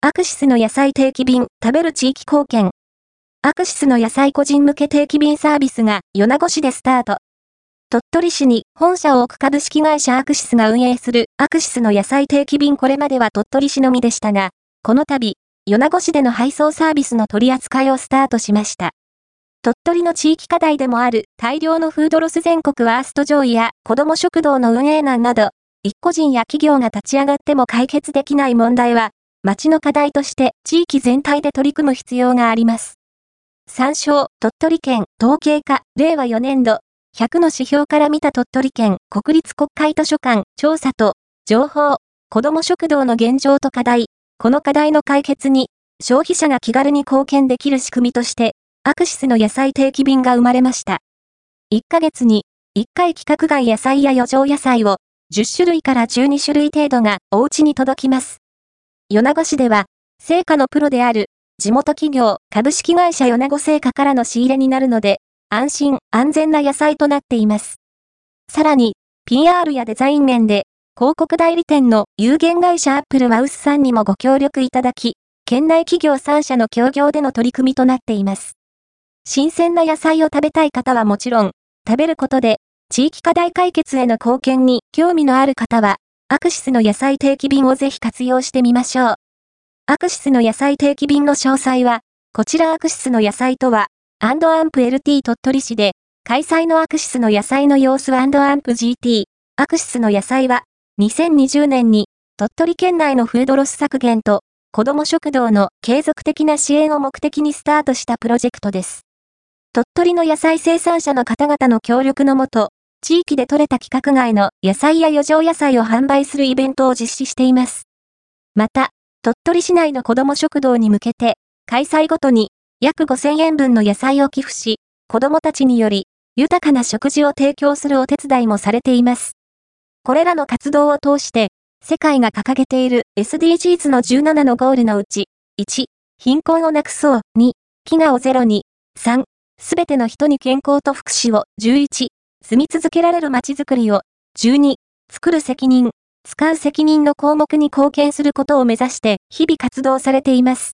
アクシスの野菜定期便、食べる地域貢献。アクシスの野菜個人向け定期便サービスが米子市でスタート。鳥取市に本社を置く株式会社アクシスが運営するアクシスの野菜定期便これまでは鳥取市のみでしたが、この度、米子市での配送サービスの取り扱いをスタートしました。鳥取の地域課題でもある大量のフードロス全国ワースト上位や子ども食堂の運営難など、一個人や企業が立ち上がっても解決できない問題は、町の課題として地域全体で取り組む必要があります。参照、鳥取県統計課令和4年度100の指標から見た鳥取県国立国会図書館調査と情報、子ども食堂の現状と課題、この課題の解決に消費者が気軽に貢献できる仕組みとして、アクシスの野菜定期便が生まれました。1ヶ月に1回規格外野菜や余剰野菜を10種類から12種類程度がお家に届きます。米子市では、青果のプロである地元企業株式会社米子青果からの仕入れになるので、安心安全な野菜となっています。さらに、PR やデザイン面で、広告代理店の有限会社アップルマウスさんにもご協力いただき、県内企業3社の協業での取り組みとなっています。新鮮な野菜を食べたい方はもちろん、食べることで、地域課題解決への貢献に興味のある方は、アクシスの野菜定期便をぜひ活用してみましょう。アクシスの野菜定期便の詳細は、こちらアクシスの野菜とは、アンプ LT 鳥取市で、開催のアクシスの野菜の様子アンプ GT、アクシスの野菜は、2020年に、鳥取県内のフードロス削減と、子ども食堂の継続的な支援を目的にスタートしたプロジェクトです。鳥取の野菜生産者の方々の協力のもと、地域で採れた規格外の野菜や余剰野菜を販売するイベントを実施しています。また、鳥取市内の子ども食堂に向けて、開催ごとに約5000円分の野菜を寄付し、子どもたちにより豊かな食事を提供するお手伝いもされています。これらの活動を通して、世界が掲げている SDGs の17のゴールのうち、1、貧困をなくそう、2、飢餓をゼロに、3、すべての人に健康と福祉を、11、住み続けられる街づくりを、12、作る責任、使う責任の項目に貢献することを目指して日々活動されています。